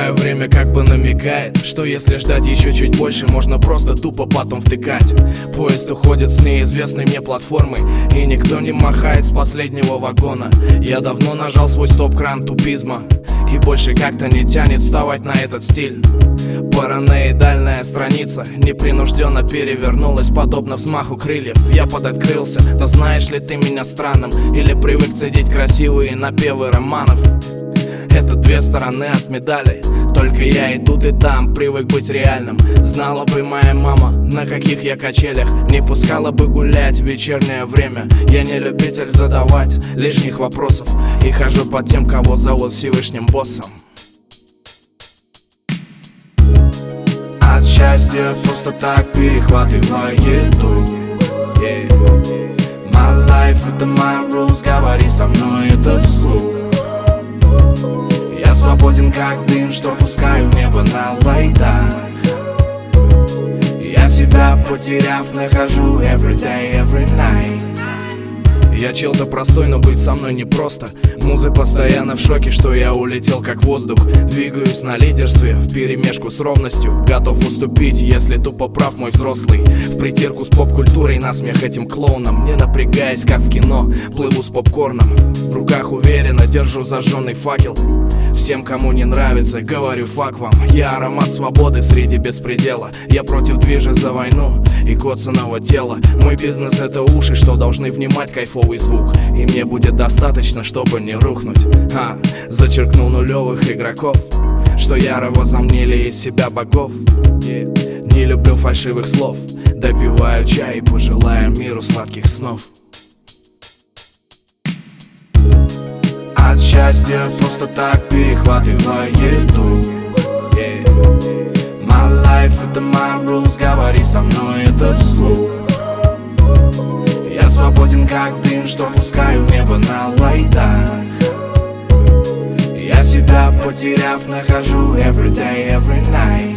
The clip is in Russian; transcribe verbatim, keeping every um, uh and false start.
Знаю, время как бы намекает, что если ждать еще чуть больше, можно просто тупо потом втыкать. Поезд уходит с неизвестной мне платформы, и никто не махает с последнего вагона. Я давно нажал свой стоп-кран тупизма, и больше как-то не тянет вставать на этот стиль. Параноидальная страница непринужденно перевернулась, подобно взмаху крыльев. Я подоткрылся, но знаешь ли ты меня странным? Или привык цедить красивые напевы романов? Это две стороны от медали, только я и тут и там привык быть реальным. Знала бы моя мама, на каких я качелях, не пускала бы гулять в вечернее время. Я не любитель задавать лишних вопросов и хожу под тем, кого зовут Всевышним боссом. От счастья просто так перехватывает дух. yeah. My life это my rules, говори со мной это вслух. Я свободен как дым, что пускаю в небо на лайтах. Я себя потеряв нахожу every day, every night. Я чел-то простой, но быть со мной непросто. Музы постоянно в шоке, что я улетел как воздух. Двигаюсь на лидерстве, вперемешку с ровностью. Готов уступить, если тупо прав мой взрослый. В притирку с поп-культурой, насмех этим клоунам. Не напрягаясь, как в кино, плыву с попкорном. В руках уверенно держу зажженный факел. Всем, кому не нравится, говорю фак вам. Я аромат свободы среди беспредела. Я против движа за войну и коцаного тела. Мой бизнес это уши, что должны внимать кайфовый звук. И мне будет достаточно, чтобы не рухнуть. а, Зачеркнул нулевых игроков, что яро возомнили из себя богов. yeah. Не люблю фальшивых слов. Допиваю чай и пожелаю миру сладких снов. От счастья просто так перехватывает дух. yeah. My life это my rules, говори со мной это вслух. Я свободен как дым, что пускаю в небо на лайтах. Я себя потеряв нахожу every day, every night.